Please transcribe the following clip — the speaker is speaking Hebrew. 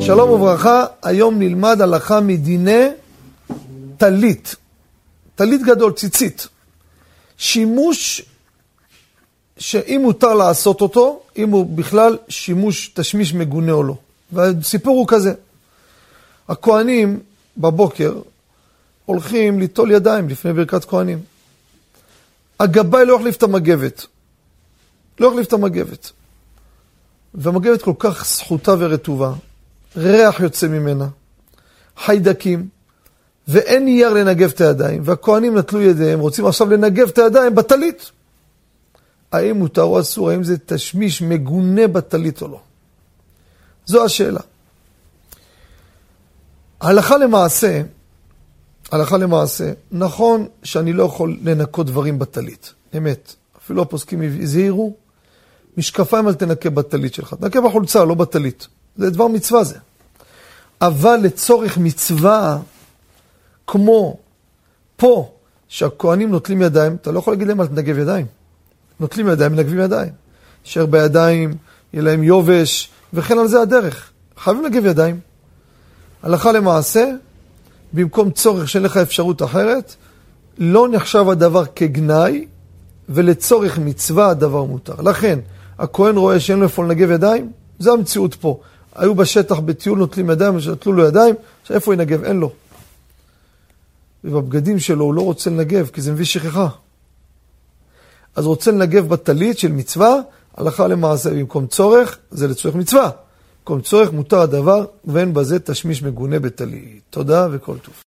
שלום וברכה, היום נלמד הלכה מדיני טלית. טלית גדול, ציצית. שימוש שאם מותר לעשות אותו, אם הוא בכלל שימוש תשמיש מגונה או לא. והסיפור הוא כזה. הכהנים בבוקר הולכים ליטול ידיים לפני ברכת כהנים. הגבאי לא יחליף את המגבת. לא יחליף את המגבת. והמגבת כל כך סחוטה ורטובה. ריח יוצא ממנה. חיידקים. ואין נייר לנגב את הידיים. והכהנים נטלו ידיהם, רוצים עכשיו לנגב את הידיים בטלית. האם מותר או אסור? האם זה תשמיש מגונה בטלית או לא? זו השאלה. הלכה למעשה, נכון שאני לא יכול לנקות דברים בטלית. אמת. אפילו הפוסקים הזהירו, משקפיים אל תנקה בטלית שלך. תנקה בחולצה, לא בטלית. זה דבר מצווה זה. אבל לצורך מצווה, כמו פה, שהכהנים נוטלים ידיים, אתה לא יכול להגיד להם אל תנגב ידיים. נוטלים ידיים, מנגבים ידיים. אשר בידיים, יהיה להם יובש, וכן על זה הדרך. חייבים לנגב ידיים. הלכה למעשה, במקום צורך שאין לך אפשרות אחרת, לא נחשב הדבר כגנאי, ולצורך מצווה הדבר מותר. לכן, הכהן רואה שאין לו איפה לנגב ידיים, זה המציאות פה. היו בשטח בטיול נוטלים ידיים, נטלו לו ידיים, איפה ינגב? אין לו. ובבגדים שלו הוא לא רוצה לנגב, כי זה מביא שכחה. אז רוצה לנגב בטלית של מצווה, הלכה למעשה במקום צורך, זה לצורך מצווה. במקום צורך מותר הדבר, ואין בזה תשמיש מגונה בטלית. תודה וכל טוב.